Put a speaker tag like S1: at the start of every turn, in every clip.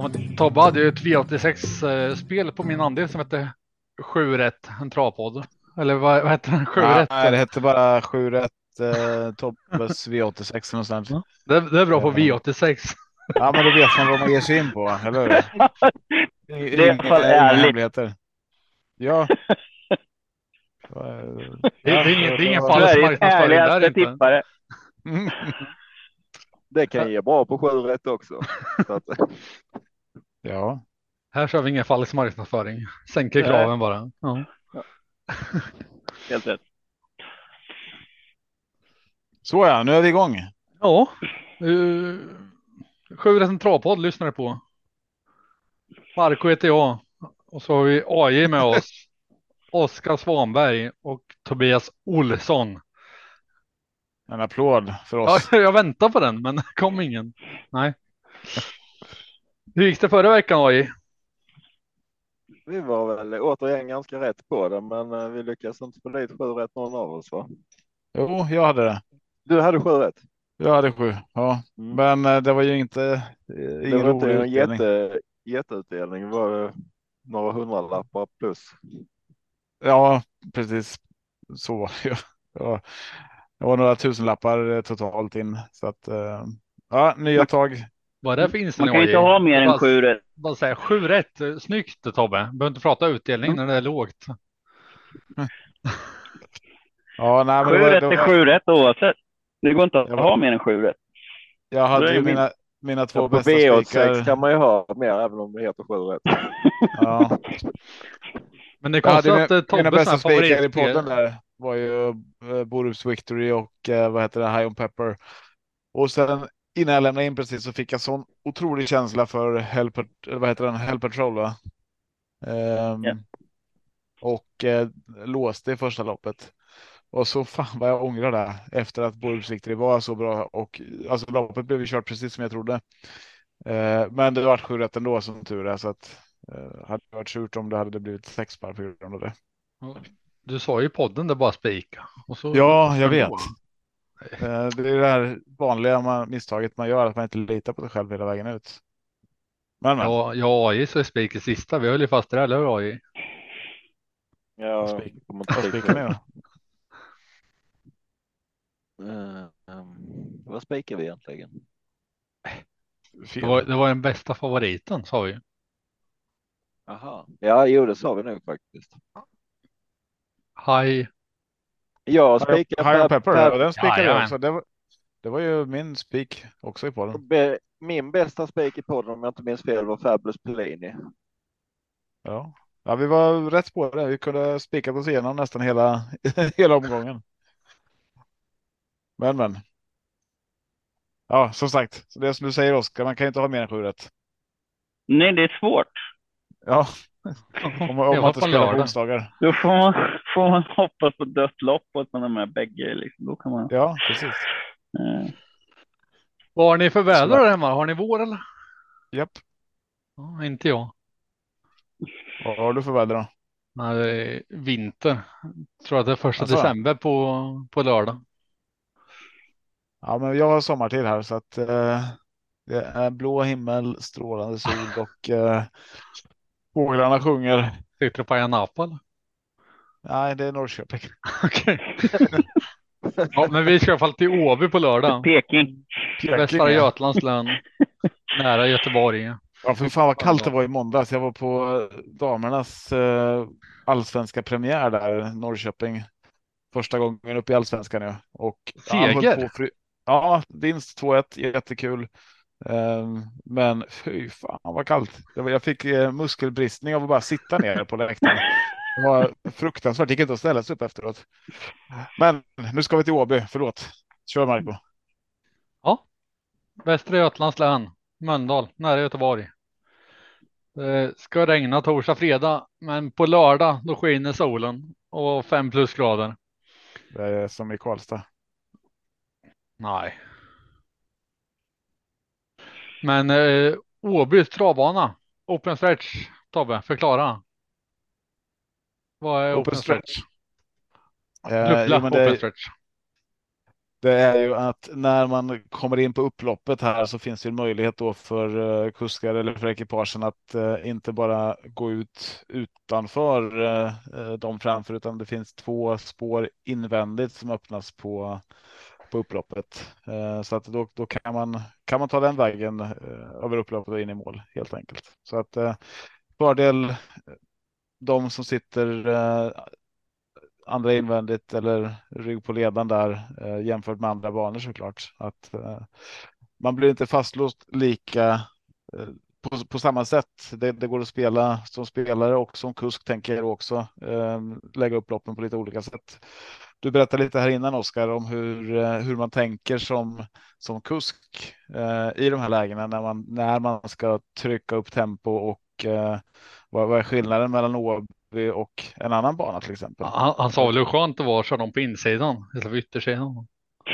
S1: men Tobbe hade ju ett V86-spel på min andel som hette 7 rätt, en travpodd. Eller vad heter den? 7 rätt.
S2: Nej, det hette bara 7 rätt Tobbes V86 någonstans.
S1: Ja, det är bra på V86.
S2: Ja, men då vet man vad man ger sig in på, eller hur?
S3: Det är i alla fall
S2: Inga
S3: ärligt.
S2: hemligheter. Ja.
S1: Det är ingen falsk
S3: Sveriges
S1: marknadsföring där
S3: ärligaste
S1: inte.
S3: tippare.
S4: Det kan ge bra på 7 rätt också. Så att,
S2: Ja.
S1: Här kör vi ingen falsk marknadsföring. Sänker
S3: Nej.
S1: kraven bara. Ja.
S3: Helt rätt.
S2: Så ja, nu är vi igång.
S1: Ja. 7 rätt, en travpodd lyssnar du på. Marco heter jag. Och så har vi AJ med oss. Oskar Svanberg och Tobias Olsson.
S2: En applåd för oss.
S1: Ja, jag väntar på den, men det kom ingen. Nej. Hur gick det förra veckan, AJ?
S4: vi var väl återigen ganska rätt på det, men vi lyckades inte få dit 7 rätt någon av oss, va?
S2: Jo, jag hade det.
S4: Du hade 7 rätt.
S2: Jag hade 7, ja.
S4: Mm.
S2: Men det var ju inte
S4: Det
S2: ingen
S4: var inte
S2: rolig
S4: en
S2: utdelning.
S4: jätteutdelning. Det var några hundralappar plus.
S2: Ja, precis. Så var det ju. Ja, det var några tusenlappar totalt in. Så att, ja, nya tag.
S1: Vad är det för
S3: Man
S1: inställning,
S3: kan
S1: AJ?
S3: inte ha mer än 7 rätt.
S1: Vad säger 7 rätt? Snyggt, Tobbe. Behöver inte prata utdelning när det är lågt.
S2: Ja, nej, men
S3: 7 rätt är 7 rätt oavsett. Det går inte att
S2: Jag var-
S3: ha mer än 7 rätt.
S2: Jag
S3: Det
S2: hade
S3: är
S2: ju
S3: min.
S2: mina två
S4: Ja, på
S2: bästa
S4: V86
S2: spikar.
S4: kan man ju ha mer även om det heter 7 rätt.
S2: Ja.
S1: Men det är
S2: Jag hade
S1: konstigt att
S2: mina
S1: Tobbes
S2: bästa spikar i
S1: favoritspel.
S2: podden där var ju Borups Victory och vad heter det, High on Pepper. Och sen innan jag lämnade in precis så fick jag sån otrolig känsla för vad heter den? Hell Patrol, va?
S3: Ja.
S2: Och låste i första loppet. Och så fan vad jag ångrar det efter att Borups Victory var så bra och alltså loppet blev ju kört precis som jag trodde. Men det var 7 rätt ändå som tur är, så att hade det varit surt om det hade blivit 6 par på grund av det.
S1: Du sa ju i podden det bara spika. Och så
S2: Ja, jag vet. Det är det här vanliga misstaget man gör, att man inte litar på sig själv hela vägen ut. Men.
S1: Ja, AJ så är spik i sista. Vi höll ju fast det, eller hur, AJ?
S4: Ja,
S2: Vad spikar ni då?
S4: Vad spikar vi egentligen?
S1: Det var den bästa favoriten, sa vi.
S4: Aha. Ja, jo, det sa vi nog faktiskt.
S1: High.
S4: Jag spikar
S2: High on Pepper, och den spikar vi
S1: Jajamän.
S2: också. Det var ju min spik också i podden.
S4: Min bästa spik i podden, om jag inte minns fel, var Fabulous Pellini.
S2: Ja, vi var rätt på det. Vi kunde spika oss igenom nästan hela omgången. Men. Ja, som sagt, så det är som du säger, Oskar, man kan inte ha mer än 7 rätt.
S3: Nej, det är svårt.
S2: Ja, om man inte spelar på onsdagar.
S3: Då får man hoppas på dött lopp och att man har med bägge. Liksom. Då kan man.
S2: Ja, precis.
S1: Vad har ni för väder där hemma? Har ni vår eller?
S2: Japp.
S1: Ja, inte jag.
S2: Vad har du för väder då?
S1: Nej, det är vinter. Jag tror att det är 1
S2: Alltså.
S1: december på lördag.
S2: Ja, men jag har sommartid här, så att det är blå himmel, strålande sol och fåglarna sjunger.
S1: Sitter du på Ayanapa eller?
S2: Nej, det är Norrköping.
S1: Okej. Ja, men vi ska i alla fall till Åby på lördag.
S3: Peking.
S1: Västra Götalands län. Nära Göteborg.
S2: Ja, för fan vad kallt det var i måndags. Jag var på damernas allsvenska premiär där, Norrköping. Första gången upp i allsvenskan nu. Och
S1: seger?
S2: Ja, vinst 2-1, jättekul. Men fy fan vad kallt. Jag fick muskelbristning av att bara sitta ner på läktaren. Det var fruktansvärt, det gick inte att ställa sig upp efteråt. Men nu ska vi till Åby, förlåt. Kör Marco.
S1: Ja, Västra Götalands län, Mölndal, nära Göteborg. Det ska regna torsdag, fredag, men på lördag då skiner solen och 5 plusgrader.
S2: Det är som i Karlstad.
S1: Nej. Men Åbys travbana, open stretch, Tobbe, förklara. Vad är open stretch? Dubbla open stretch.
S2: det är ju att när man kommer in på upploppet här så finns det en möjlighet då för kuskar eller för ekipagen att inte bara gå ut utanför de framför, utan det finns 2 spår invändigt som öppnas på upploppet. Så att då kan man ta den vägen över upploppet och in i mål helt enkelt. Så att fördel de som sitter andra invändigt eller rygg på ledan där jämfört med andra banor såklart. Att man blir inte fastlåst lika på samma sätt. Det går att spela som spelare och som kusk, tänker jag också lägga upp loppen på lite olika sätt. Du berättade lite här innan, Oskar, om hur man tänker som kusk i de här lägena när man ska trycka upp tempo och vad är skillnaden mellan Åby och en annan bana till exempel?
S1: Han sa väl hur skönt det var att köra dem på insidan istället för yttersidan.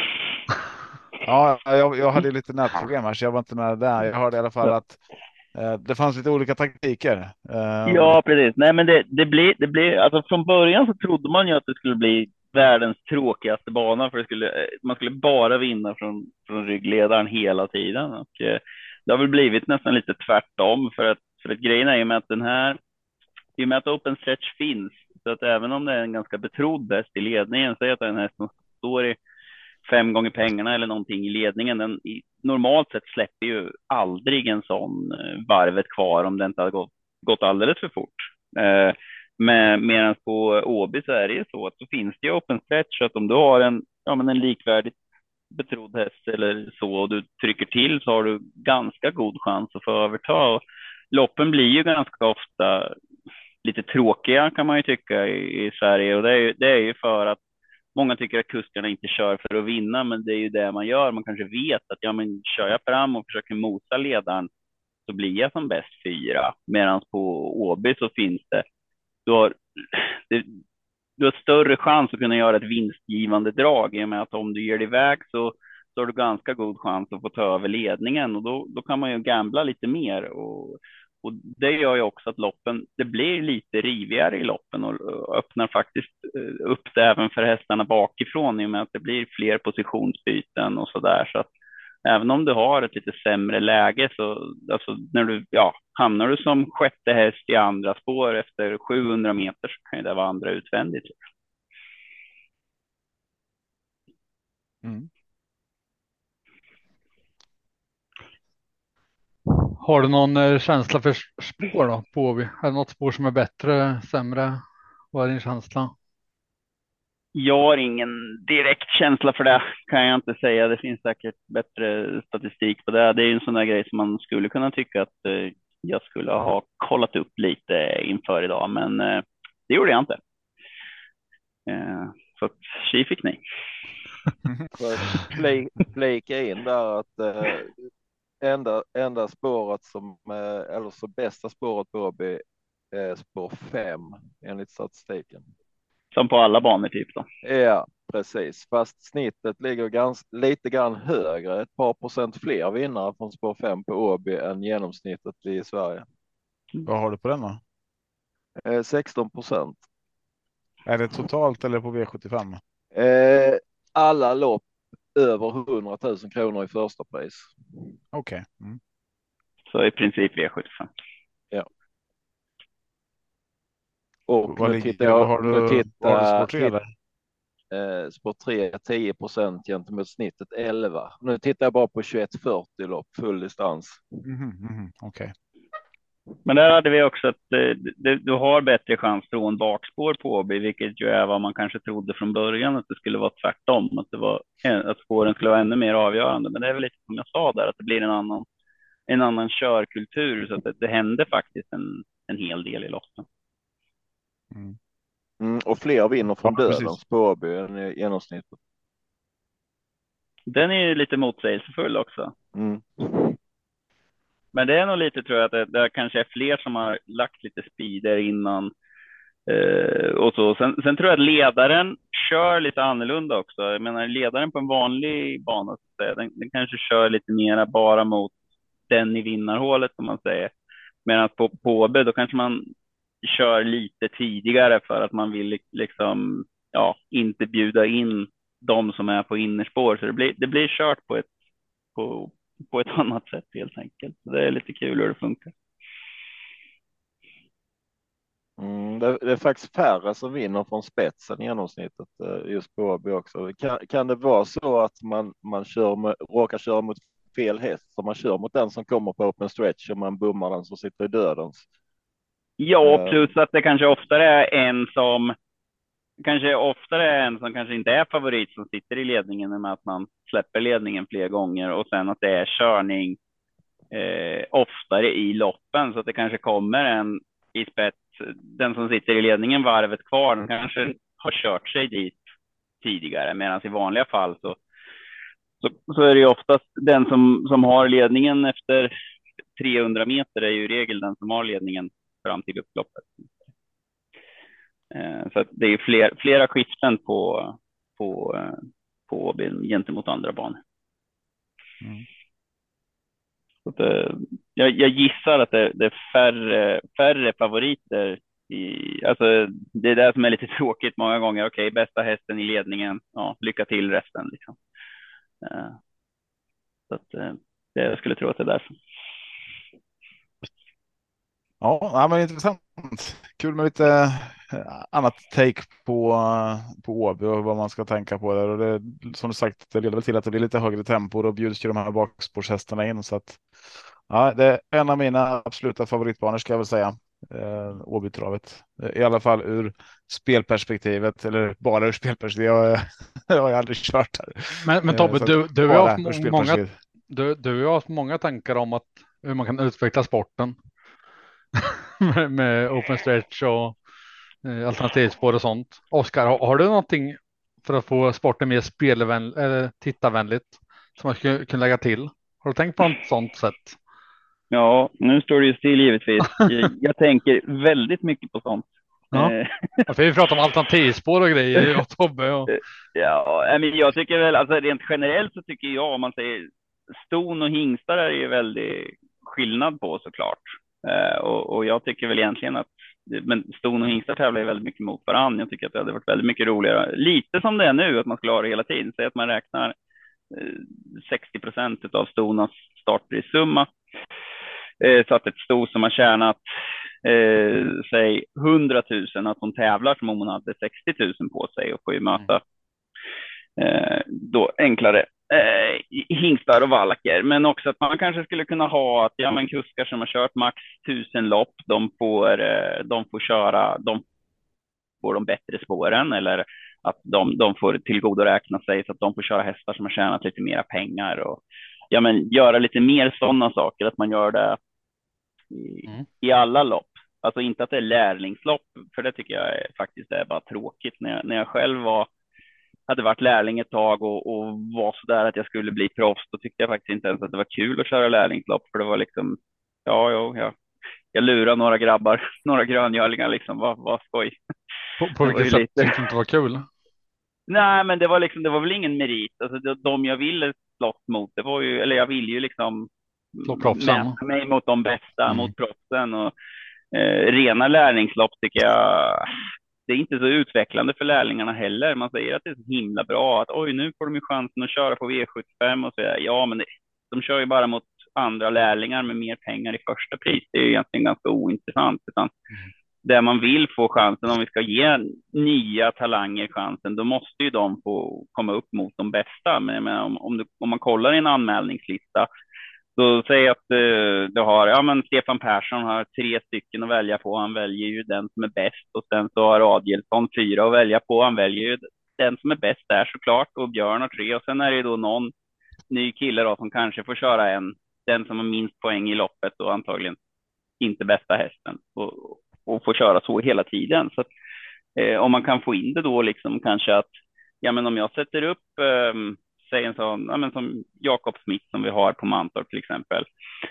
S2: Ja, jag hade lite nätproblem här så jag var inte med där. Jag hörde i alla fall att det fanns lite olika taktiker.
S3: Ja, precis. Nej, men det blir, alltså från början så trodde man ju att det skulle bli världens tråkigaste bana, för man skulle bara vinna från ryggledaren hela tiden. Och det har väl blivit nästan lite tvärtom, för att grejen är ju med att i och med att open stretch finns, så att även om det är en ganska betrodd häst i ledningen, så är det en häst som står i 5 gånger pengarna eller någonting i ledningen, normalt sett släpper ju aldrig en sån varvet kvar om det inte har gått alldeles för fort. Medan på Åby så är det ju så att så finns det ju open stretch, så att om du har en likvärdigt betrodd häst eller så och du trycker till, så har du ganska god chans att få överta. Och loppen blir ju ganska ofta lite tråkiga, kan man ju tycka, i Sverige, och det är ju för att många tycker att kuskarna inte kör för att vinna, men det är ju det man gör. Man kanske vet att kör jag fram och försöker mosa ledaren så blir jag som bäst 4. Medan på Åby så finns du har, du har större chans att kunna göra ett vinstgivande drag, i och med att om du ger dig iväg så har du ganska god chans att få ta över ledningen, och då kan man ju gambla lite mer, och det gör ju också att det blir lite rivigare i loppen och öppnar faktiskt upp det även för hästarna bakifrån, i och med att det blir fler positionsbyten och sådär. Så att även om du har ett lite sämre läge, så alltså hamnar du som sjätte häst i andra spår efter 700 meter, så kan ju det vara andra utvändigt.
S2: Mm.
S1: Har du någon känsla för spår då på Åby? Är det något spår som är bättre, sämre? Vad är din känsla?
S3: Jag har ingen direkt känsla för det, kan jag inte säga. Det finns säkert bättre statistik på det. Det är en sån där grej som man skulle kunna tycka att jag skulle ha kollat upp lite inför idag, men det gjorde jag inte. Så att tji fick ni.
S4: Flika in där att enda spåret eller så bästa spåret på Åby är spår 5 enligt statistiken.
S3: Som på alla banor typ då.
S4: Ja, precis. Fast snittet ligger lite grann högre. Ett par procent fler vinnare från spår 5 på Åby än genomsnittet i Sverige.
S2: Vad har du på den då?
S4: 16%.
S2: Är det totalt eller på V75?
S4: Alla lopp över 100 000 kronor i första pris.
S2: Okej. Mm.
S3: Så i princip V75.
S4: Ja. Och
S2: Vad
S4: nu
S2: ligger,
S4: tittar jag,
S2: vad har du spår 3 eller?
S4: spår 3 10% gentemot snittet 11. Nu tittar jag bara på 2140 lopp full distans.
S2: Okej.
S3: Men där hade vi också att du har bättre chans från bakspår på Åby, vilket ju är vad man kanske trodde från början, att det skulle vara tvärtom, att spåren skulle vara ännu mer avgörande. Men det är väl lite som jag sa där, att det blir en annan körkultur, så att det händer faktiskt en hel del i loppen.
S4: Och fler vinner från döden
S2: precis.
S4: på Åby än i genomsnittet.
S3: Den är ju lite motsägelsefull också. Men det är nog lite, tror jag, att det kanske är fler som har lagt lite speeder innan. Och så. Sen tror jag att ledaren kör lite annorlunda också. Jag menar, ledaren på en vanlig bana, den kanske kör lite mera bara mot den i vinnarhålet, som man säger. Medan på Åby, då kanske man kör lite tidigare för att man vill liksom, inte bjuda in de som är på innerspår. Så det blir kört på ett annat sätt helt enkelt. Så det är lite kul hur det funkar.
S4: Det är faktiskt färre som vinner från spetsen i genomsnittet just på Åby också. Kan det vara så att man råkar köra mot fel häst, så man kör mot den som kommer på open stretch och man bommar den som sitter i dödens?
S3: Ja, plus att det kanske oftare är en som kanske inte är favorit som sitter i ledningen, med att man släpper ledningen fler gånger, och sen att det är körning oftare i loppen, så att det kanske kommer en i spets, den som sitter i ledningen varvet kvar, den kanske har kört sig dit tidigare, medan i vanliga fall så är det ju oftast den som har ledningen efter 300 meter är ju i regel den som har ledningen fram till upploppet. Så att det är flera skiften på gentemot andra banor. Så att, jag gissar att det är färre favoriter alltså det är det som är lite tråkigt många gånger. Okej, bästa hästen i ledningen, ja, lycka till resten liksom. Så att jag skulle tro att det är därför.
S2: Ja, men intressant. Kul med lite annat take på Åby och vad man ska tänka på där. Och det, som du sagt, det leder väl till att det blir lite högre tempo, och då bjuds ju de här bakspårshästarna in. Så att, ja, det är en av mina absoluta favoritbanor, ska jag väl säga. Åbytravet. I alla fall ur spelperspektivet, eller bara ur spelperspektivet. Jag har aldrig kört här.
S1: Men Tobbe, du har haft många tankar om hur man kan utveckla sporten med open stretch och alternativspår och sånt. Oskar, har du någonting för att få sporten mer tittarvänligt som man skulle kunna lägga till? Har du tänkt på något sånt sätt?
S3: Ja, nu står det ju still givetvis. Jag tänker väldigt mycket på sånt.
S1: Ja, för vi pratar om alternativspår och grejer, och Tobbe. Och...
S3: Ja, men jag tycker väl, alltså rent generellt så tycker jag, om man säger ston och hingstar, är ju väldigt skillnad på, såklart. Och jag tycker väl egentligen att ston och hingstar tävlar ju väldigt mycket mot varandra. Jag tycker att det hade varit väldigt mycket roligare, lite som det är nu, att man skulle ha det hela tiden. Så att man räknar 60% av stonas startprissumma. Så att ett sto som har tjänat säg 100 000, att hon tävlar som om hon hade 60 000 på sig, och får ju möta då enklare hingstar och valacker. Men också att man kanske skulle kunna ha att kuskar som har kört max 1000 lopp, de får köra, de får de bättre spåren, eller att de får tillgodoräkna sig, så att de får köra hästar som har tjänat lite mera pengar, och göra lite mer sådana saker, att man gör det i alla lopp. Alltså inte att det är lärlingslopp, för det tycker jag faktiskt är bara tråkigt. När jag själv hade varit lärling ett tag och var så där att jag skulle bli proffs, då tyckte jag faktiskt inte ens att det var kul att köra lärlingslopp, för det var liksom, jag lurade några grabbar, några gröngölingar liksom, vad skoj.
S1: På vilket sätt tyckte du inte var kul?
S3: Nej, men det var väl ingen merit. Alltså de jag ville slåss mot, det var ju, eller jag ville ju liksom mäta mig mot de bästa, mot proffsen, och rena lärlingslopp tycker jag, det är inte så utvecklande för lärlingarna heller. Man säger att det är så himla bra, att oj, nu får de ju chansen att köra på V75, och så men de kör ju bara mot andra lärlingar med mer pengar i första pris. Det är ju egentligen ganska ointressant, utan där man vill få chansen, om vi ska ge nya talanger chansen, då måste ju de få komma upp mot de bästa. Men om man kollar i en anmälningslista, så säg att du har, Stefan Persson har 3 stycken att välja på. Han väljer ju den som är bäst, och sen så har Adielsson 4 att välja på. Han väljer ju den som är bäst där, såklart, och Björn har 3. Och sen är det då någon ny kille då som kanske får köra den som har minst poäng i loppet, och antagligen inte bästa hästen, och får köra så hela tiden. Så att, om man kan få in det då liksom, kanske att om jag sätter upp säg en sån, som Jakob Smith som vi har på Mantorp till exempel,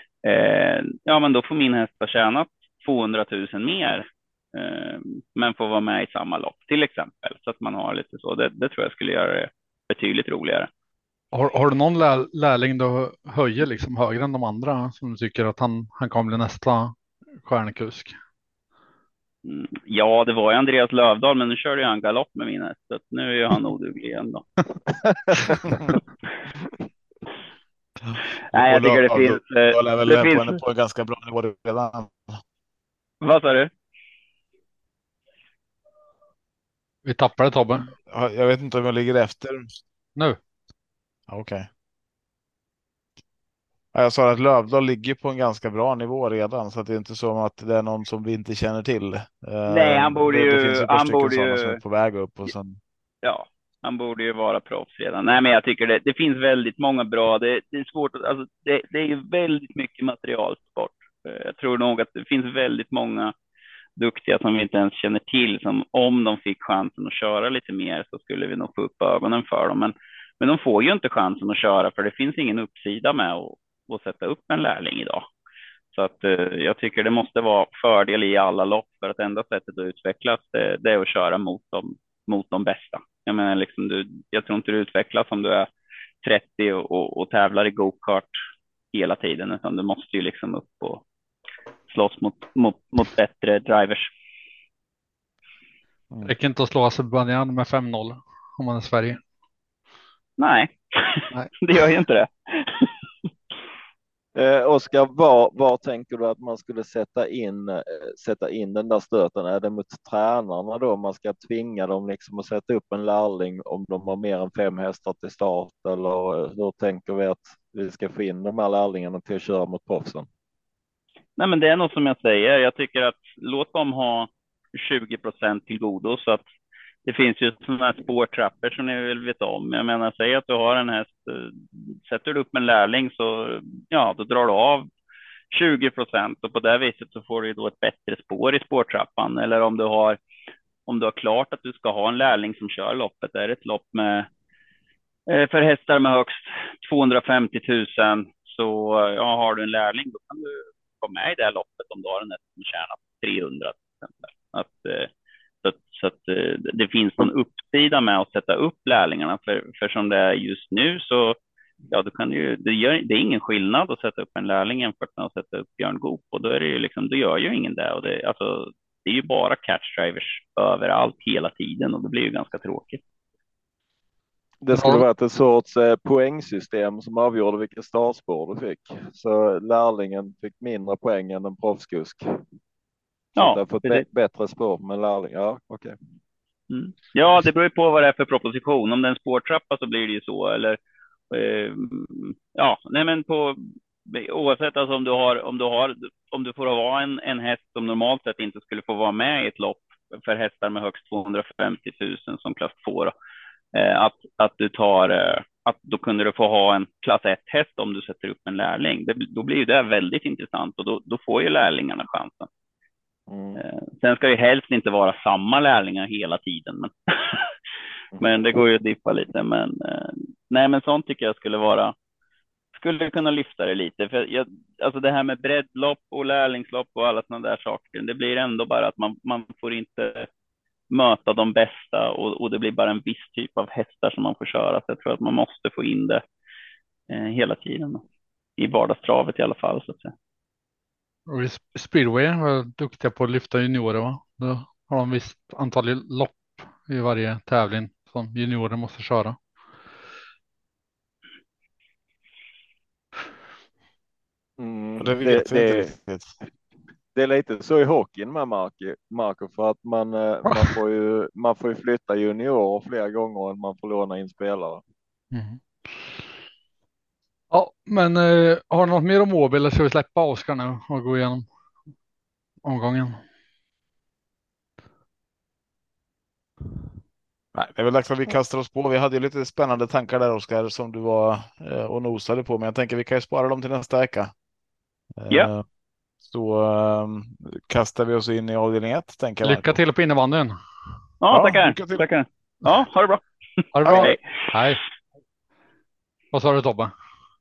S3: men då får min häst ha tjänat 200 000 mer, men får vara med i samma lopp till exempel, så att man har lite så. Det tror jag skulle göra det betydligt roligare.
S1: Har du någon lärling då höjer liksom högre än de andra, som du tycker att han kommer bli nästa stjärnkusk?
S3: Ja, det var ju Andreas Lövdahl, men nu körde ju han galopp med min häst. Så att nu är ju han oduglig igen då. Nej, jag
S2: Och
S3: tycker det
S2: Lövdahl
S3: finns...
S2: är
S3: Det
S2: väl på,
S3: finns...
S2: på en ganska bra nivå redan.
S3: Vad sa du?
S1: Vi tappade Tobbe.
S2: Jag vet inte om jag ligger efter.
S1: Nu.
S2: Okej. Ja, jag sa att Lövdahl ligger på en ganska bra nivå redan, så att det är inte så att det är någon som vi inte känner till.
S3: Nej, han borde
S2: Det finns
S3: ju...
S2: ju ett par stycken sådana som är på väg upp och sen.
S3: Ja, han borde ju vara proffs redan. Nej, men jag tycker det finns väldigt många bra. Det är svårt att... Alltså, det är ju väldigt mycket materialsport. Jag tror nog att det finns väldigt många duktiga som vi inte ens känner till, som om de fick chansen att köra lite mer så skulle vi nog få upp ögonen för dem. Men de får ju inte chansen att köra, för det finns ingen uppsida med att sätta upp en lärling idag. Så att jag tycker det måste vara fördel i alla lopp, för att enda sättet att utvecklas det är att köra mot de bästa. Jag menar liksom jag tror inte du utvecklas om du är 30 och tävlar i go-kart hela tiden, utan du måste ju liksom upp och slåss mot bättre drivers.
S1: Det räcker inte att slå Azerbajdzjan med 5-0 om man är Sverige.
S3: Nej,
S1: Nej.
S3: det gör ju inte det.
S4: Oskar, var tänker du att man skulle sätta in den där stöten? Är det mot tränarna då man ska tvinga dem liksom att sätta upp en lärling om de har mer än 5 hästar till start, eller hur tänker vi att vi ska få in de här lärlingarna till att köra mot proffsen?
S3: Nej, men det är nog som jag säger. Jag tycker att låt dem ha 20% till godo, så att det finns ju sådana här spårtrappor som ni väl vet om. Jag menar, säg att du har en häst, sätter du upp en lärling så ja, då drar du av 20% och på det viset så får du då ett bättre spår i spårtrappan. Eller om du har klart att du ska ha en lärling som kör loppet, det är ett lopp med för hästar med högst 250 000, så ja, har du en lärling då kan du vara med i det här loppet om du har en häst som tjänar 300 till exempel. Så att det finns någon uppsida med att sätta upp lärlingarna, för som det är just nu så ja, det är ingen skillnad att sätta upp en lärling jämfört med att sätta upp Björn Goop, och då är det ju liksom, då gör ju ingen det, och det är ju bara catch drivers överallt hela tiden, och det blir ju ganska tråkigt.
S4: Det skulle varit ett sorts poängsystem som avgjorde vilka startspår du fick. Så lärlingen fick mindre poäng än en proffskusk. Ja, det har fått bättre spår med lärling. Ja, okej.
S3: Mm. Ja, det beror ju på vad det är för proposition. Om det är en spårtrappa så blir det ju så. Eller ja, nej, men oavsett, alltså om du får ha en häst som normalt sett inte skulle få vara med i ett lopp för hästar med högst 250 000 som klass 2 då, att du tar att då kunde du få ha en klass 1 häst om du sätter upp en lärling. Då blir ju det väldigt intressant, och då får ju lärlingarna chansen. Sen ska ju helst inte vara samma lärlingar hela tiden, men det går ju att dippa lite. Men nej, men sånt tycker jag skulle kunna lyfta det lite, för alltså det här med breddlopp och lärlingslopp och alla sådana där saker, det blir ändå bara att man får inte möta de bästa, och det blir bara en viss typ av hästar som man får köra. Så jag tror att man måste få in det hela tiden i vardagstravet i alla fall, så att säga.
S1: Och i Speedway var duktiga på att lyfta juniorer, va? Då har de visst antal lopp i varje tävling som juniorer måste köra.
S2: Det vet vi inte riktigt.
S4: Det är lite så i hockeyn med Marco, för att man får ju flytta juniorer flera gånger än man får låna in spelare.
S1: Mm. Ja, men har du något mer om Åby, eller ska vi släppa Oskar nu och gå igenom omgången?
S2: Nej, det är väl dags att vi kastar oss på. Vi hade ju lite spännande tankar där, Oskar, som du var och nosade på, men jag tänker vi kan ju spara dem till nästa vecka.
S3: Ja.
S2: Så kastar vi oss in i avdelning 1, tänker jag.
S1: Lycka till på innebandyn.
S3: Ja, tackar. Ja, ha det bra.
S1: Ha det bra.
S3: Hej.
S1: Hej. Vad sa du, Tobbe?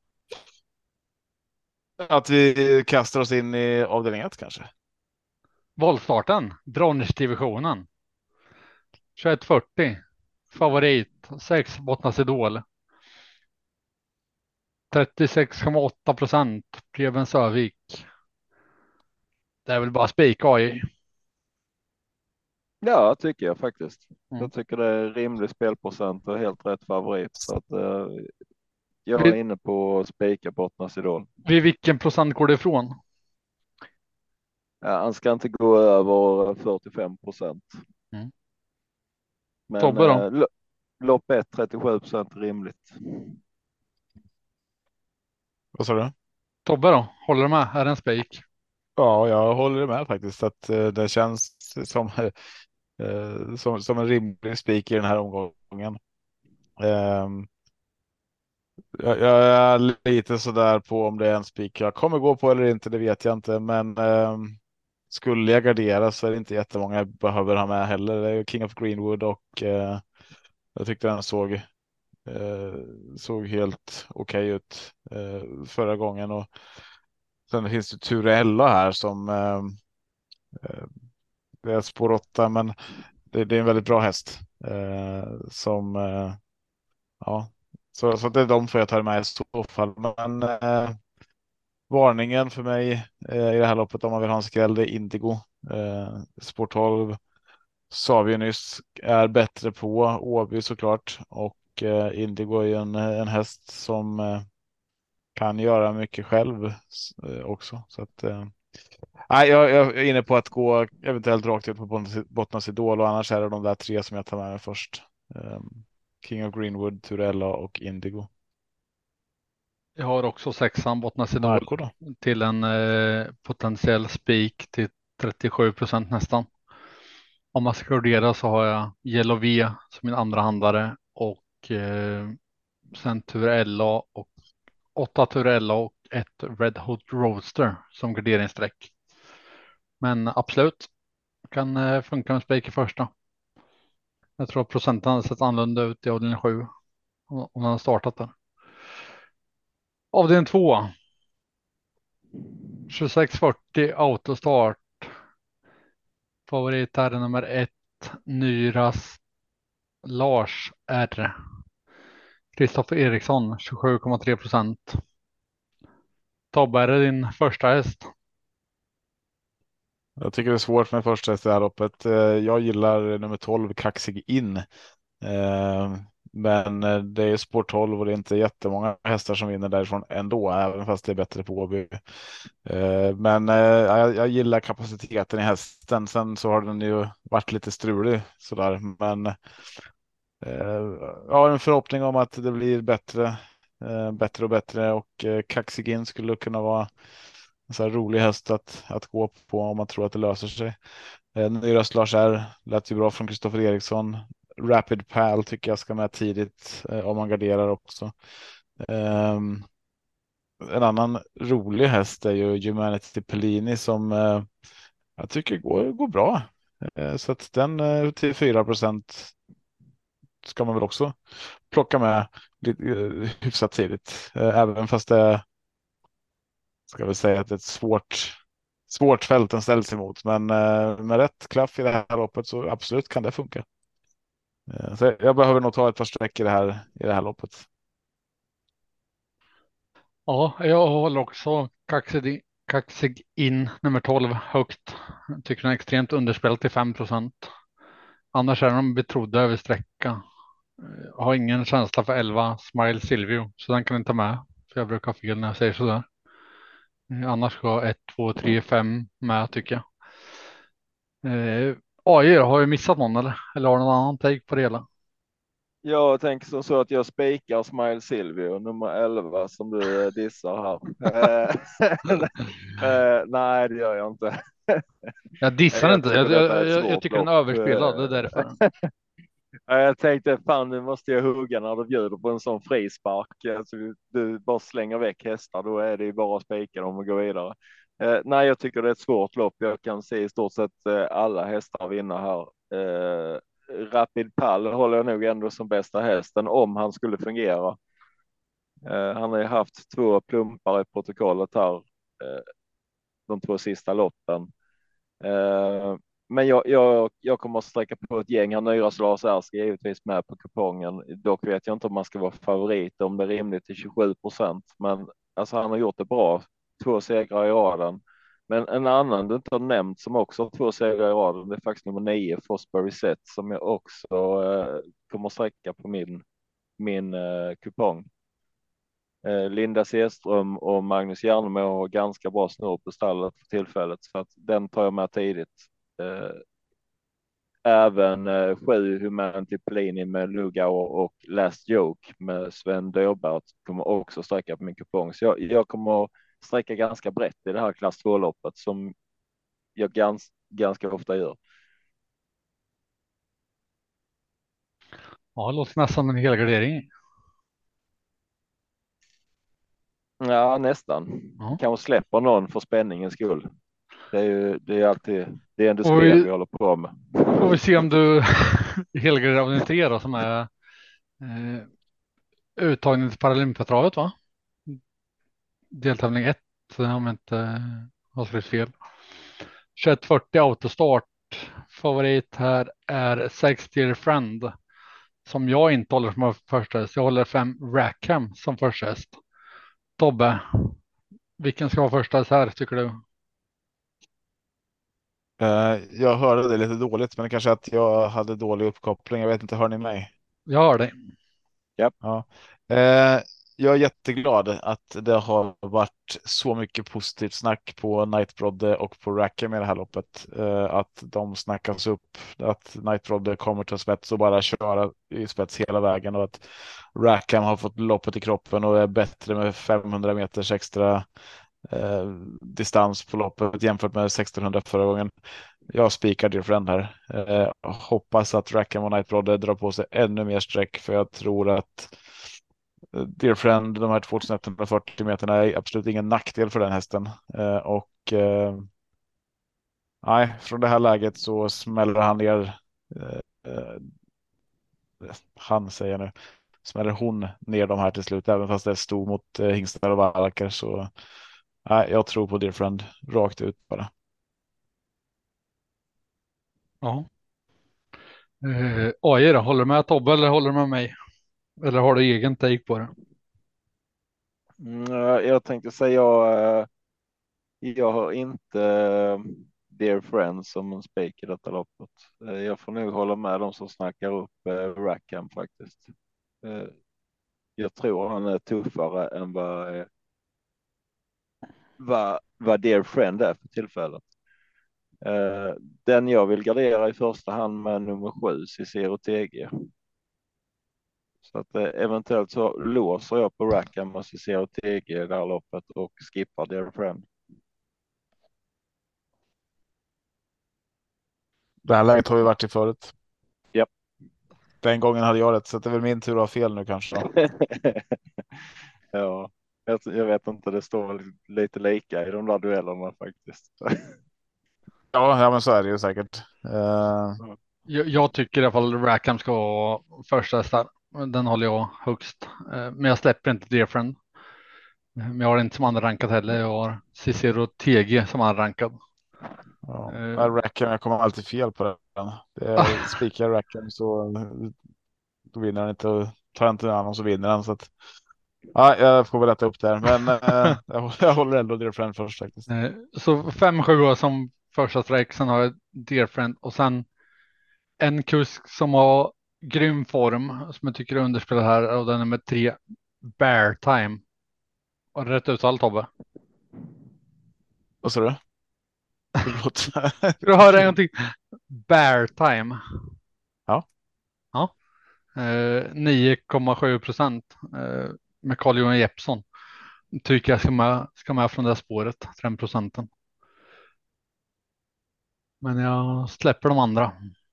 S2: Att vi kastar oss in i avdelning 1 kanske.
S1: Voltstarten, bronsdivisionen. 2140. Favorit 6 Bottnas Idol. 36,8%. Preben Sövik. Det är väl bara spika i.
S4: Ja, tycker jag faktiskt.
S1: Mm.
S4: Jag tycker det är rimlig spelprocent och helt rätt favorit. Så att jag är
S1: Vid,
S4: inne på spika Bottnas Idol.
S1: vid vilken procent går det ifrån?
S4: Ja, han ska inte gå över 45%.
S1: Mm.
S4: Men
S1: Tobbe då?
S4: lopp 1, 37% rimligt.
S2: Vad sa du?
S1: Tobbe då? Håller du med? Är det en spik?
S2: Ja, jag håller med faktiskt att det känns som, som en rimlig spik i den här omgången. Ehm, jag är lite sådär på om det är en spik jag kommer gå på eller inte, det vet jag inte. Men skulle jag gardera så är det inte jättemånga jag behöver ha med heller. Det är King of Greenwood och jag tyckte den såg helt okej ut förra gången. Och sen finns det Turella här som det är spår 8, men det är en väldigt bra häst som ja, så det är de får jag ta med i så fall. Men varningen för mig i det här loppet om man vill ha en skräll, det är Indigo. Spår 12 sa vi ju nyss är bättre på Åby såklart, och Indigo är ju en häst som kan göra mycket själv också. Så att nej, jag är inne på att gå eventuellt rakt ut på Bottnas Idol, och annars är det de där tre som jag tar med mig först. King of Greenwood, Turella och Indigo.
S1: Jag har också sexan Bottnas Idol
S2: Marco då?
S1: till en potentiell spik till 37% nästan. Om man ska gardera så har jag Yellow V som min andra handlare och sen Turella och 8 Turella och ett Red Hot Roadster som garderingssträck. Men absolut, kan funka med spik i första. Jag tror att procenten hade sett annorlunda ut i avdelning 7 om den hade startat där. Avdelning 2. 2640 autostart. Favorit här är nummer 1. Nyras Lars R. Kristoffer Eriksson 27,3%. Tobbe, är det din första häst?
S2: Jag tycker det är svårt med första häst i det här loppet. Jag gillar nummer 12, Kaxig in. Men det är spår 12 och det är inte jättemånga hästar som vinner därifrån ändå, även fast det är bättre på Åby. Men jag gillar kapaciteten i hästen. Sen så har den ju varit lite strulig sådär. Men jag har en förhoppning om att det blir bättre och bättre, och Kaxig in skulle kunna vara en så här rolig häst att gå på om man tror att det löser sig. Nyrast Lars R lät ju bra från Kristoffer Eriksson. Rapid Pal tycker jag ska med tidigt om man garderar också. En annan rolig häst är ju Humanity Pellini som jag tycker går bra. Så att den till 4% ska man väl också plocka med lite, hyfsat tidigt. Även fast det ska vi säga att det är ett svårt fält den ställs emot. Men med rätt klaff i det här loppet så absolut kan det funka. Så jag behöver nog ta ett par streck i det här loppet.
S1: Ja, jag håller också kaxig in nummer 12 högt. Jag tycker den är extremt underspelad till 5%. Annars är de betrodda över sträcka. Jag har ingen känsla för 11 Smile Silvio, så den kan jag inte med. För jag brukar ha fel när jag säger sådär. Annars ska 1, 2, 3, 5 med tycker jag. AI, har jag missat någon eller har du någon annan take på det hela?
S4: Jag tänker som så att jag spikar Smile Silvio, nummer 11 som du dissar här. Nej, det gör jag inte.
S1: Jag dissar inte.
S4: tycker detta är ett
S1: Jag
S4: svårt
S1: tycker den är
S4: lopp.
S1: överspelad, det är därför.
S4: Jag tänkte fan nu måste jag hugga när du bjuder på en sån frispark. Alltså, du bara slänger väck hästar, då är det ju bara att spika dem och gå vidare. Nej, jag tycker det är ett svårt lopp. Jag kan se i stort sett alla hästar vinna här. Rapid Pall håller jag nog ändå som bästa hästen om han skulle fungera. Han har ju haft 2 plumpar i protokollet här de 2 sista loppen. Men jag kommer att sträcka på ett gäng. Han Nyras Lars R ska givetvis med på kupongen. Dock vet jag inte om man ska vara favorit, om det är rimligt till 27%. Men alltså han har gjort det bra. 2 segrar i raden. Men en annan du inte har nämnt som också har 2 segrar i raden, det är faktiskt nummer 9, Fosbury Set, som jag också kommer sträcka på min kupong. Linda Sedström och Magnus Järnemo har ganska bra snurr på stallet för tillfället, så att den tar jag med tidigt. Även 7 Humanity Pellini med Luga och Last Joke med Sven Dörbert kommer också sträcka på min kupong. Så jag kommer att sträcka ganska brett i det här klass 2-loppet som jag ganska ofta gör.
S1: Ja, det låter nästan som en helgardering.
S4: Ja, nästan.
S1: Ja.
S4: Kanske släpper någon för spänningens skull. Det är alltid, det är ändå
S1: Och
S4: spel
S1: vi-
S4: vi håller på med.
S1: Får vi se om du helgarderar avdelning 3 då, som är uttagning till Paralympiatravet, va? Deltävling 1, om jag inte har skrivit fel. 2140 autostart. Favorit här är 60 Friend, som jag inte håller som första häst. Jag håller 5 Rackham som första häst. Tobbe, vilken ska vara första häst här tycker du?
S2: Jag hörde det lite dåligt, men det kanske att jag hade dålig uppkoppling. Jag vet inte, hör ni mig?
S1: Jag hör dig.
S2: Ja. Eh, jag är jätteglad att det har varit så mycket positivt snack på Nightbrodde och på Rackham i det här loppet. Att de snackas upp, att Nightbrodde kommer till spets och bara köra i spets hela vägen, och att Rackham har fått loppet i kroppen och är bättre med 500 meters extra distans på loppet jämfört med 1600 förra gången. Jag spikar Dear Friend här. Hoppas att Rackham och Nightbrodde drar på sig ännu mer streck, för jag tror att Dear Friend, de här 2140 meterna är absolut ingen nackdel för den hästen. Nej, från det här läget så smäller han ner. Han säger nu. Smäller hon ner de här till slut, även fast det stod mot hingstar och valkar, så nej, jag tror på Dear Friend rakt ut bara.
S1: Ja. AJ då, håller du med Tobbe eller håller du med mig? Eller har du egen take på det?
S4: Jag tänkte säga jag har inte Dear Friends som en spik i detta loppet. Jag får nog hålla med de som snackar upp Rackham faktiskt. Jag tror han är tuffare än vad Dear Friend är för tillfället. Den jag vill gardera i första hand med nummer 7, Cicero TG. Så att eventuellt så låser jag på Rackham och Cicero TG i det här loppet och skippar Dear Friend.
S2: Det här läget har vi varit i förut.
S4: Japp.
S2: Den gången hade jag rätt, så det är väl min tur att ha fel nu kanske då.
S4: Ja, jag vet inte, det står lite lika i de där duellerna faktiskt.
S2: Ja, men så är det ju säkert.
S1: Jag tycker i alla fall Rackham ska vara första häst där. Den håller jag högst. Men jag släpper inte Dear Friend. Men jag har inte som andra rankat heller. Jag har Cicero TG som andra rankad.
S2: Ja. Rackham, jag kommer alltid fel på den. Spikar Rackham så då vinner han inte, och tar jag inte en annan så vinner han. Så att, ja, jag får väl rätta upp där, men jag håller ändå Dear Friend först faktiskt.
S1: Så 5-7 som första streck, sen har jag Dear Friend och sen en kusk som har grym form som jag tycker är underspelad här, och den är med 3 Bear Time. Har du rätt uttal Tobbe?
S2: Vad sa du? Förlåt.
S1: Ska du höra en gång till? Bear Time.
S2: Ja.
S1: Ja. 9,7% med Carl-Johan Jeppsson. Tycker jag ska med från det spåret, 5%. Men jag släpper de andra.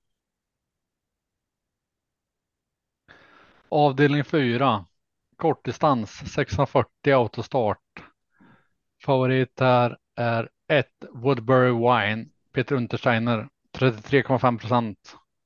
S1: Avdelning 4. Kortdistans 640 autostart. Favorit här är 1 Woodbury Wine. Peter Untersteiner 33,5%.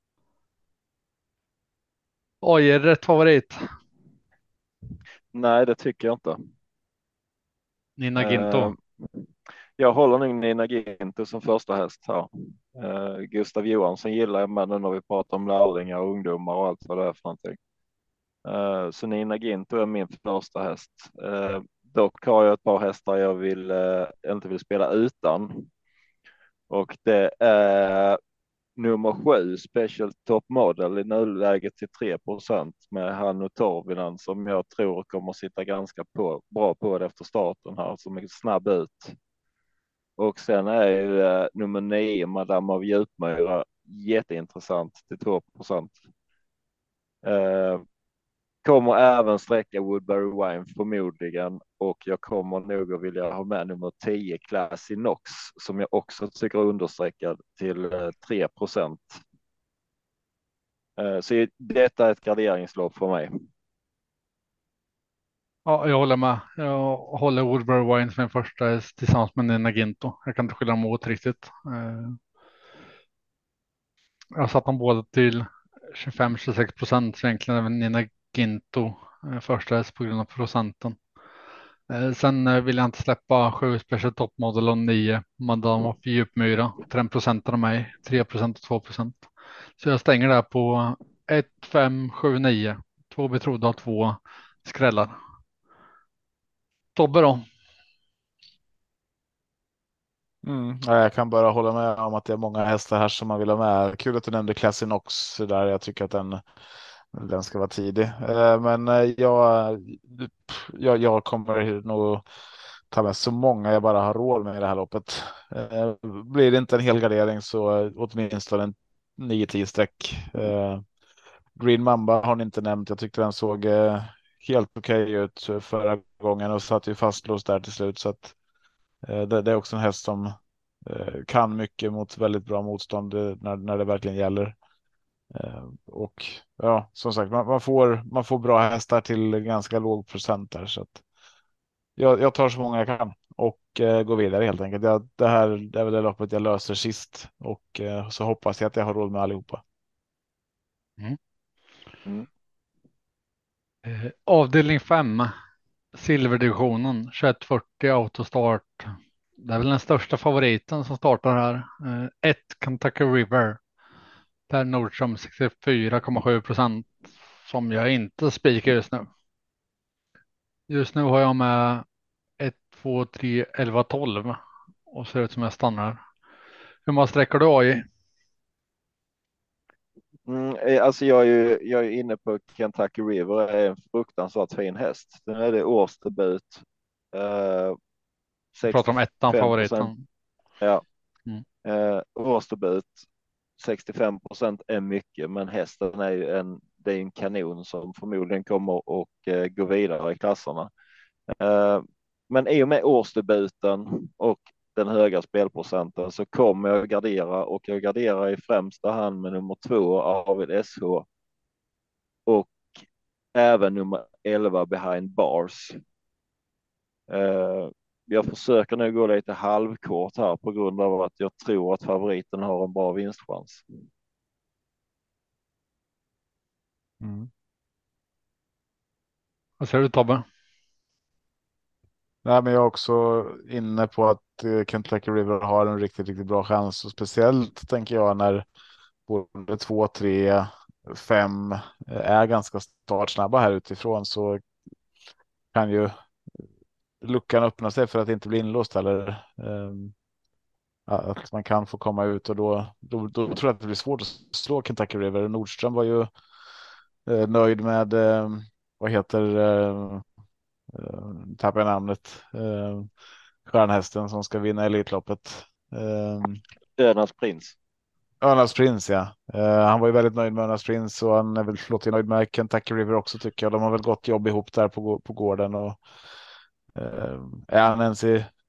S1: Oj, är det rätt favorit?
S4: Nej, det tycker jag inte.
S1: Nina Ginto.
S4: Jag håller nog Nina Ginto som första häst här. Gustav Johansson gillar jag med nu när vi pratar om lärlingar och ungdomar och allt vad det är för någonting. Så Nina Ginto är min första häst. Dock har jag ett par hästar jag inte vill spela utan. Och det är nummer 7 Special Top Model i nuläget till 3% med Hannu Torvinan som jag tror kommer sitta ganska bra på det efter starten här, som är snabb ut. Och sen är ju nummer 9 Madame av Djupmyra jätteintressant till 2%. Kommer även sträcka Woodbury Wine förmodligen, och jag kommer nog att vilja ha med nummer 10 Classy Knox som jag också tycker är understreckad till 3%. Så detta är ett garderingslopp för mig.
S1: Ja, jag håller med. Jag håller Woodbury Wine som en första häst tillsammans med Nina Ginto. Jag kan inte skilja dem åt riktigt. Jag har satt dem båda till 25-26%, så egentligen även Nina Ginto första häst på grund av procenten. Sen vill jag inte släppa 7 Special Top Model och 9 Madame of Djupmyra. 5% av mig, 3% och 2%. Så jag stänger där på 1, 5, 7, 9. 2 betrodda och 2 skrällar. Tobbe då?
S2: Ja, jag kan bara hålla med om att det är många hästar här som man vill ha med. Kul att du nämnde Classy Knox där. Jag tycker att den ska vara tidig. Men jag kommer nog ta med så många jag bara har råd med i det här loppet. Blir det inte en hel gardering så åtminstone en 9-10 streck. Green Mamba har ni inte nämnt. Jag tyckte den såg helt okej ut förra gången och satt ju fastlåst där till slut. Så att, det är också en häst som kan mycket mot väldigt bra motstånd när det verkligen gäller. Och ja, som sagt, man får bra hästar till ganska låg procent där. Så att jag tar så många jag kan och går vidare helt enkelt. Det här är väl det loppet jag löser sist och så hoppas jag att jag har råd med allihopa.
S4: Mm.
S1: Avdelning 5. Silverdivisionen 2140 autostart. Det är väl den största favoriten som startar här. 1 Kentucky River. Per Nordström 64,7%. Som jag inte spikar just nu. Just nu har jag med 1, 2, 3, 11, 12. Och ser ut som jag stannar. Hur många sträckor du har i?
S4: Alltså jag är inne på Kentucky River, är en fruktansvärt fin häst. Den är det årsdebut.
S1: Jag pratar om ettan,
S4: 65%.
S1: favoriten.
S4: Ja.
S1: Mm.
S4: Årsdebut 65% är mycket, men hästen är ju det är en kanon som förmodligen kommer att gå vidare i klasserna. Men i och med årsdebuten och den höga spelprocenten så kommer jag gardera, och jag garderar i främsta hand med nummer 2 Arvid SH och även nummer 11 Behind Bars. Jag försöker nu gå lite halvkort här på grund av att jag tror att favoriten har en bra vinstchans.
S1: Vad säger du Tobbe?
S2: Nej, men jag är också inne på att Kentucky River har en riktigt, riktigt bra chans. Och speciellt tänker jag när både 2, 3, 5 är ganska startsnabba här utifrån, så kan ju luckan öppna sig för att inte bli inlåst eller att man kan få komma ut, och då tror jag att det blir svårt att slå Kentucky River. Nordström var ju nöjd med vad heter tappar jag namnet, stjärnhästen som ska vinna Elitloppet.
S4: Önas Prins.
S2: Önas Prins, ja. Han var ju väldigt nöjd med Önas Prins och han är väl nöjd med Kentucky River också tycker jag. De har väl gått jobb ihop där på gården och är han ens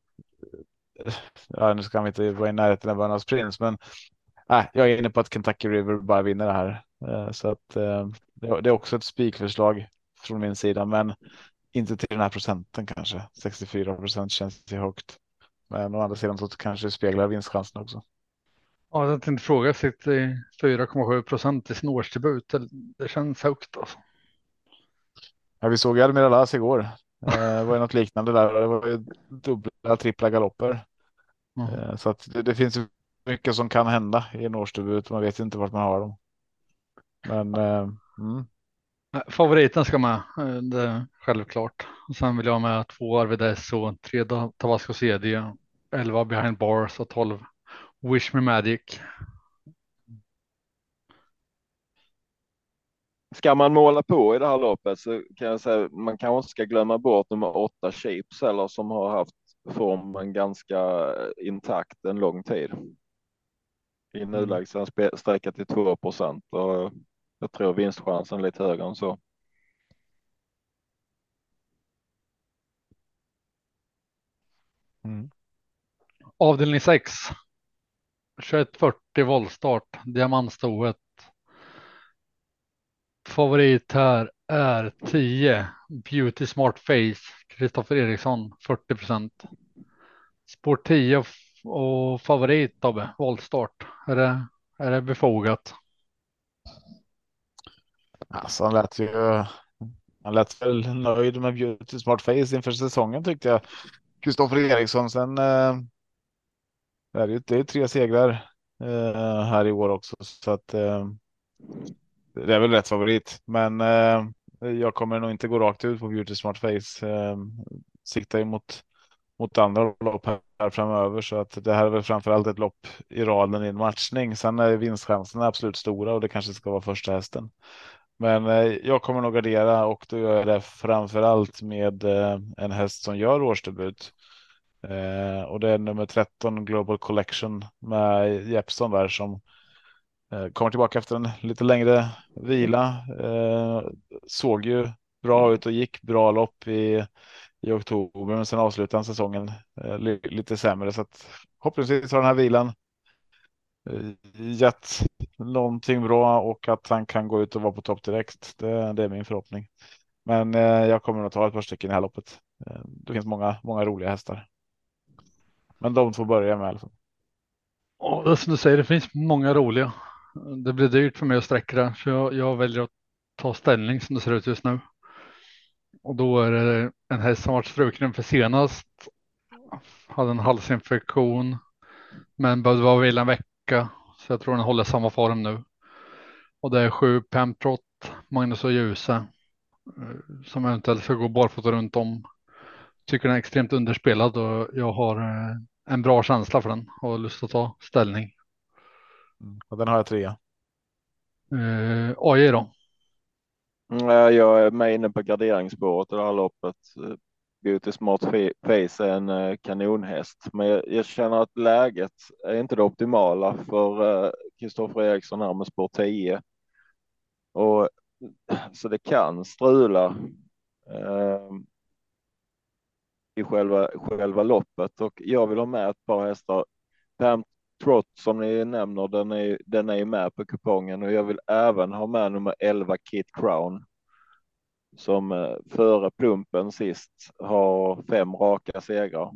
S2: nu ska han inte vara i närheten av Önas Prins, men jag är inne på att Kentucky River bara vinner det här. Så att det är också ett spikförslag från min sida, men inte till den här procenten kanske. 64% känns det högt. Men å andra sidan så kanske det speglar vinstchansen också.
S1: Ja, jag tänkte fråga, sitter i 4,7% i sin årsdebut. Det känns högt alltså.
S2: Ja, vi såg Admiral As igår. Det var ju något liknande där. Det var ju dubbla, trippla galopper. Så att det finns ju mycket som kan hända i en årsdebut. Man vet inte vart man har dem. Men
S1: Favoriten ska med, det är självklart. Och sen vill jag ha med 2 Arvides och 3 Tabasco CD, 11 Behind Bars och 12 Wish Me Magic.
S4: Ska man måla på i det här loppet så kan jag säga man kanske inte ska glömma bort nummer 8 Shapes eller som har haft formen ganska intakt en lång tid. I nuläget är han sträckat till 2% och jag tror vinstchansen är lite högre än så.
S1: Avdelning 6. 2140 voltstart. Diamantstoet. Favorit här är 10 Beauty Smart Face. Kristoffer Eriksson 40%. Spår 10 och favorit Tobbe. Voltstart. Är det befogat?
S2: Alltså han lät väl nöjd med Beauty Smart Face inför säsongen tyckte jag. Kristoffer Eriksson, sen det är 3 segrar här i år också så att det är väl rätt favorit. Men jag kommer nog inte gå rakt ut på Beauty Smart Face. Siktar ju mot andra lopp här framöver så att det här är väl framförallt ett lopp i raden i en matchning. Sen är vinstchanserna absolut stora och det kanske ska vara första hästen. Men jag kommer nog gardera och då gör jag det framförallt med en häst som gör årsdebut. Och det är nummer 13 Global Collection med Jeppson där som kommer tillbaka efter en lite längre vila. Såg ju bra ut och gick bra lopp i oktober, men sen avslutade han säsongen lite sämre så att hoppningsvis har den här vilan gett någonting bra och att han kan gå ut och vara på topp direkt. Det är min förhoppning. Men jag kommer att ta ett par stycken i det här loppet. Det finns många roliga hästar. Men de får börja med i alla fall.
S1: Ja, det som du säger, det finns många roliga. Det blir dyrt för mig att sträcka det, så jag väljer att ta ställning som det ser ut just nu. Och då är det en häst som varit struken för senast. Hade en halsinfektion, men behövde vara vila en vecka. Så jag tror den håller samma form nu. Och det är 7 Pemtrot, Magnus och Ljuse. Som eventuellt ska gå barfota runt om. Tycker den är extremt underspelad och jag har en bra känsla för den och lust att ta ställning.
S2: Och den har jag 3.
S1: AJ då?
S4: Jag är med inne på garderingsspåret i det här loppet. Beauty Smart Face är en kanonhäst, men jag känner att läget är inte det optimala för Kristoffer Eriksson här med spår 10. Och så det kan strula i själva loppet och jag vill ha med ett par hästar. Pam Trot som ni nämner, den är ju med på kupongen och jag vill även ha med nummer 11 Kit Crown som före plumpen sist har 5 raka segrar.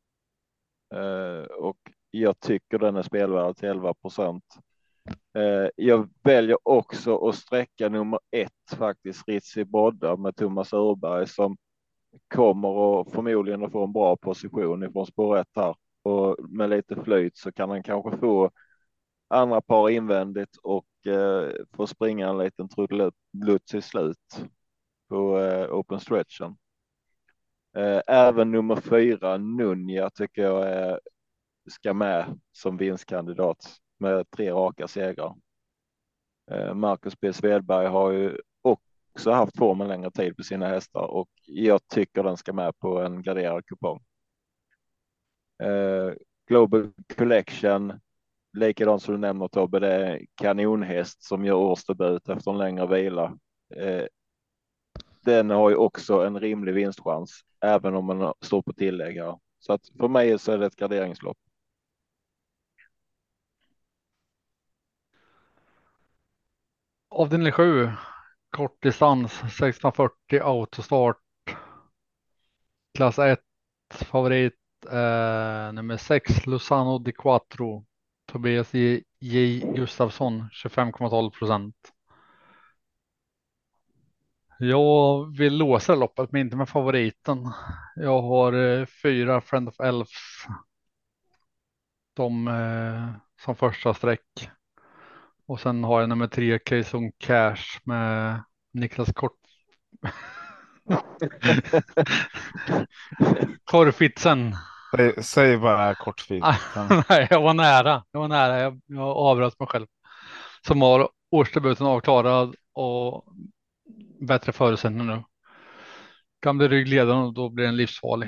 S4: Och jag tycker den är spelvärd till 11%. Jag väljer också att sträcka nummer 1 faktiskt, Ritzi Brodda med Thomas Urberg som kommer att förmodligen att få en bra position ifrån spår 1 här. Och med lite flyt så kan han kanske få andra par invändigt och få springa en liten trudelutt i slut på open stretchen. Även nummer 4 Nunja tycker jag ska med som vinstkandidat med 3 raka segrar. Marcus B. Svedberg har ju också haft form en längre tid på sina hästar och jag tycker den ska med på en garderad kupong. Global Collection, likadant som du nämner Tobbe, det är en kanonhäst som gör årsdebut efter en längre vila. Den har ju också en rimlig vinstchans även om man står på tillägg här. Så att för mig så är det ett garderingslopp.
S1: Avdelning 7. Kortdistans 1640 autostart. Klass 1. Favorit nummer 6 Lozano di Quattro. Tobias J. Gustafsson 25,12%. Jag vill låsa loppet men inte med favoriten. Jag har 4 Friend of Elves. De som första streck. Och sen har jag nummer 3 Kayson Cash med Niklas Kort. Korfitsen.
S2: Säg bara kortfil.
S1: Nej, jag var nära. Jag avbröt mig själv. Som har årsdebuten avklarad och bättre förutsättningar nu. Kan bli ryggledaren och då blir den livsfarlig.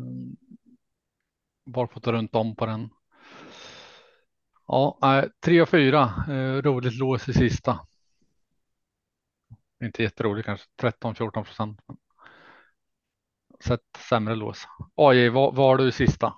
S1: Barfota runt om på den. Ja, 3 och 4. Roligt lås i sista. Inte jätteroligt kanske. 13-14%. Sett sämre lås. AJ, vad har du i sista?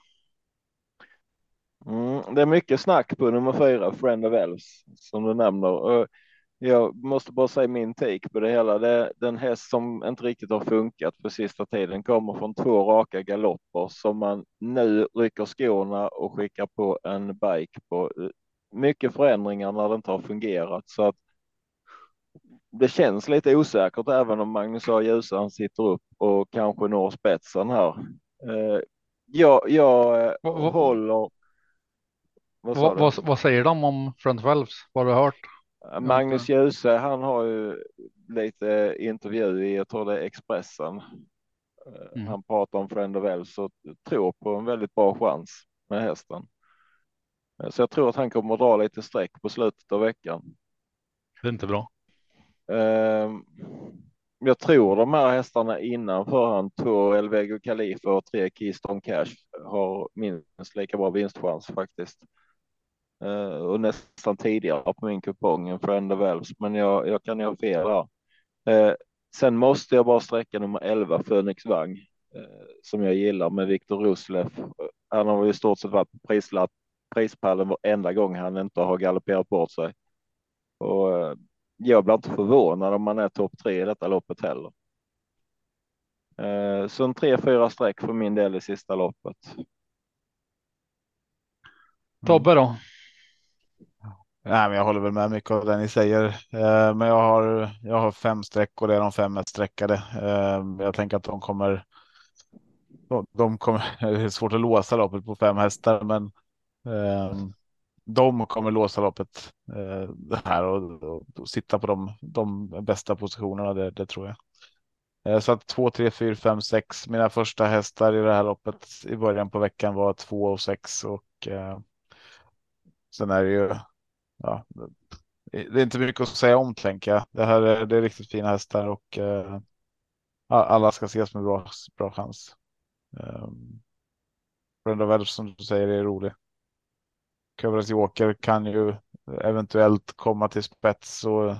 S4: Det är mycket snack på nummer 4, Friend of Elves, som du nämner. Och jag måste bara säga min take på det hela. Det är den häst som inte riktigt har funkat på sista tiden. Kommer från 2 raka galopper som man nu rycker skorna och skickar på en bike på. Mycket förändringar när det inte har fungerat. Så att det känns lite osäkert även om Magnus A. Djuse sitter upp och kanske når spetsen här. Jag håller...
S1: Vad säger de om Front Valves? Vad har du hört?
S4: Magnus Djuse, han har ju lite intervju i, jag tror det är Expressen. Han pratar om Friend of Elves och tror på en väldigt bra chans med hästen. Så jag tror att han kommer att dra lite streck på slutet av veckan.
S1: Det är inte bra.
S4: Jag tror de här hästarna innanför han 2 Elvego Khalifa och 3 Keystone Cash har minst lika bra vinstchans faktiskt. Och nästan tidigare på min kupong än Friend of Elves, men jag kan ju ha fel här. Sen måste jag bara sträcka nummer 11 Phoenix Wang som jag gillar med Viktor Ruslev. Han har ju stort sett varit på prispallen varenda gång han inte har galopperat bort sig. Och jag blir inte förvånad om man är topp 3 i detta loppet heller. Så en 3-4 streck för min del i sista loppet.
S1: Tobbe då?
S2: Nej, men jag håller väl med mycket av det ni säger. Men jag har 5 streck och det är de 5 mest streckade. Jag tänker att de kommer, det är svårt att låsa loppet på 5 hästar, men de kommer låsa loppet här och sitta på de bästa positionerna, det tror jag. Så att 2, 3, 4, 5, 6. Mina första hästar i det här loppet i början på veckan var 2 och 6 och sen är det ju, ja, det är inte mycket att säga om, tänker jag. Det är riktigt fina hästar och alla ska ses med bra chans. Friend of Elves, som du säger, är rolig. Kövras Joker kan ju eventuellt komma till spets och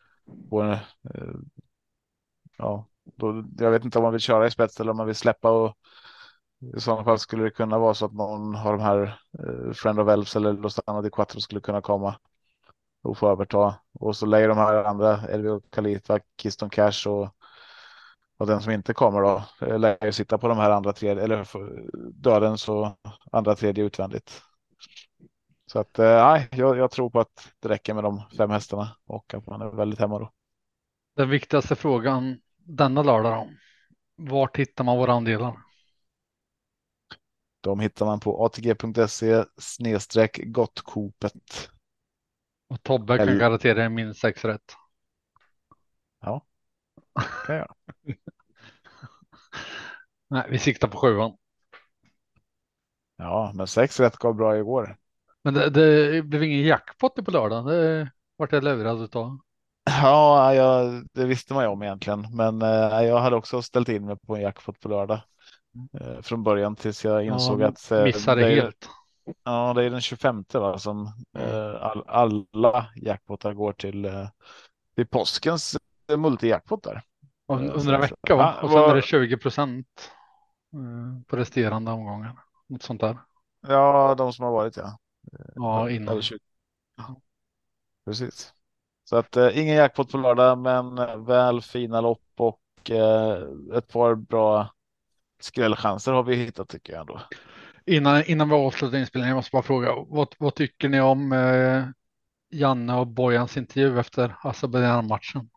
S2: jag vet inte om man vill köra i spets eller om man vill släppa, och i sådana fall skulle det kunna vara så att någon har de här Friend of Elves eller Lostano di Quattro skulle kunna komma och få överta, och så lägger de här andra Elvio Khalifa, Keystone Cash och den som inte kommer då lägger sitta på de här andra 3 eller dödens och andra 3 utvändigt. Så att jag tror på att det räcker med de 5 hästarna och att man är väldigt hemma då.
S1: Den viktigaste frågan denna lördag då. Vart hittar man våra andelar?
S2: De hittar man på atg.se/gottkopet.
S1: Och Tobbe kan garantera minst 6 rätt.
S2: Ja, kan jag.
S1: Nej, vi siktar på 7.
S2: Ja, men 6 rätt gav bra igår.
S1: Men det blev ingen jackpot på lördag. Det vart jag lurad utav.
S2: Ja, det visste man ju om egentligen, men jag hade också ställt in mig på en jackpot på lördag från början tills jag insåg att
S1: missade helt.
S2: Ja, det är den 25 va, som alla jackpotar går till påskens multijackpot där.
S1: Under en vecka va? Och sen är det 20% på resterande omgångar. Något sånt där.
S2: Ja, de som har varit
S1: Ja, innan.
S2: Precis. Så att ingen jackpot på lördag, men väl fina lopp och ett par bra skrällchanser har vi hittat, tycker jag ändå.
S1: Innan vi avslutar inspelningen, jag måste bara fråga, vad tycker ni om Janne och Bojans intervju efter Azerbajdzjan-matchen?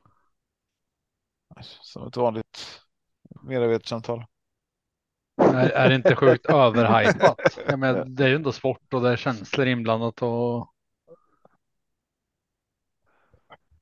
S2: Som ett vanligt medarbetssamtal.
S1: Är det inte sjukt överhypat? Jag menar, det är ju ändå sport och det är känslor inblandat och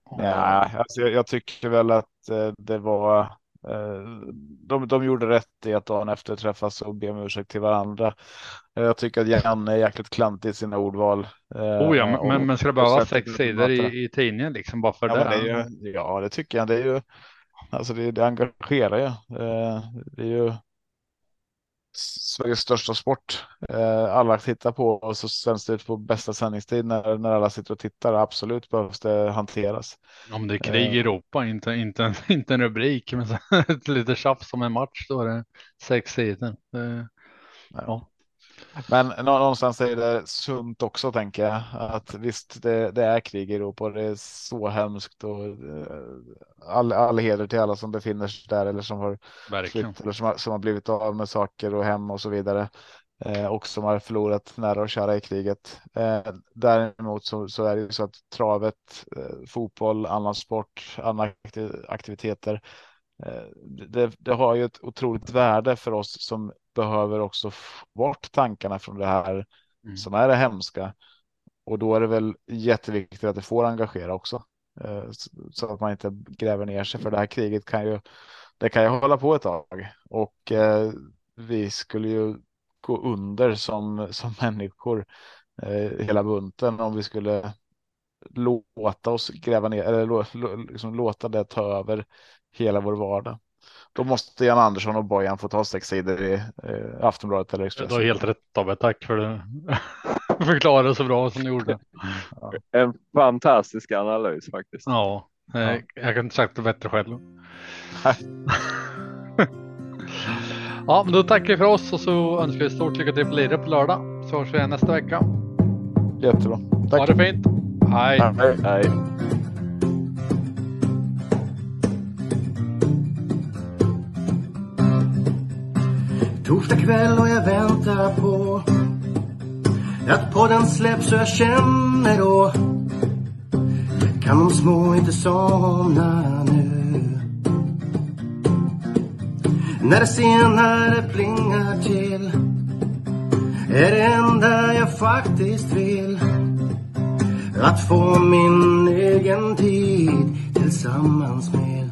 S2: Ja, alltså jag tycker väl att det var de gjorde rätt i att dagen efter träffas och be om ursäkt till varandra. Jag tycker att Janne är jäkligt klantig i sina ordval.
S1: Men ska det behöva 6 sidor
S2: i
S1: i tidningen liksom bara för
S2: ja,
S1: det?
S2: men det är ju, ja, det tycker jag. Det är ju, alltså det engagerar ju. Det är ju Sveriges största sport. Alla tittar på och så sänds det ut på bästa sändningstid när alla sitter och tittar. Absolut behövs det hanteras.
S1: Om det är krig i Europa, inte en rubrik, men ett lite tjafs som en match, då är det 6 sidor. Ja.
S2: Men någonstans är det sunt också, tänker jag, att visst det är krig i Europa och det är så hemskt och all heder till alla som befinner sig där eller som har flytt eller som har blivit av med saker och hem och så vidare och som har förlorat nära och kära i kriget. Däremot så är det ju så att travet, fotboll, annan sport, andra aktiviteter, det har ju ett otroligt värde för oss som behöver också få bort tankarna från det här som är det hemska. Och då är det väl jätteviktigt att det får engagera också. Så att man inte gräver ner sig, för det här kriget kan ju hålla på ett tag. Och vi skulle ju gå under som människor, hela bunten, om vi skulle låta oss gräva ner eller liksom låta det ta över hela vår vardag. Då måste Jan Andersson och Bojan få ta 6 sidor i Aftonbladet eller Expressen.
S1: Det var helt rätt av ett tack för det. Förklara så bra som ni gjorde.
S4: Ja. En fantastisk analys faktiskt.
S1: Ja, jag kan inte sagt det bättre själv. Ja, men då tackar vi för oss och så önskar vi stort lycka till på Lire på lördag. Så hörs vi nästa vecka.
S2: Jättebra. Tack.
S1: Ha det fint. Hej.
S4: Hej.
S5: Torsdag kväll och jag väntar på att podden släpps så jag känner då kan de små inte somna nu. När det senare plingar till är det enda jag faktiskt vill att få min egen tid tillsammans med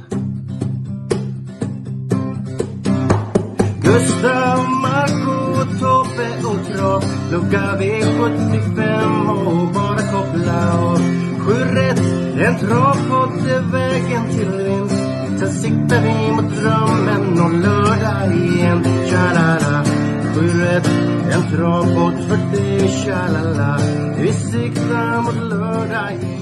S5: Gustav, Marco, Tobbe och Trav. Lucka V75 och bara koppla av. 7 rätt, en travpodd är vägen till vinst. Sen siktar vi mot drömmen och lördag igen. Tjalala, 7 rätt, en travpodd för dig. Tjalala, vi siktar mot lördag igen.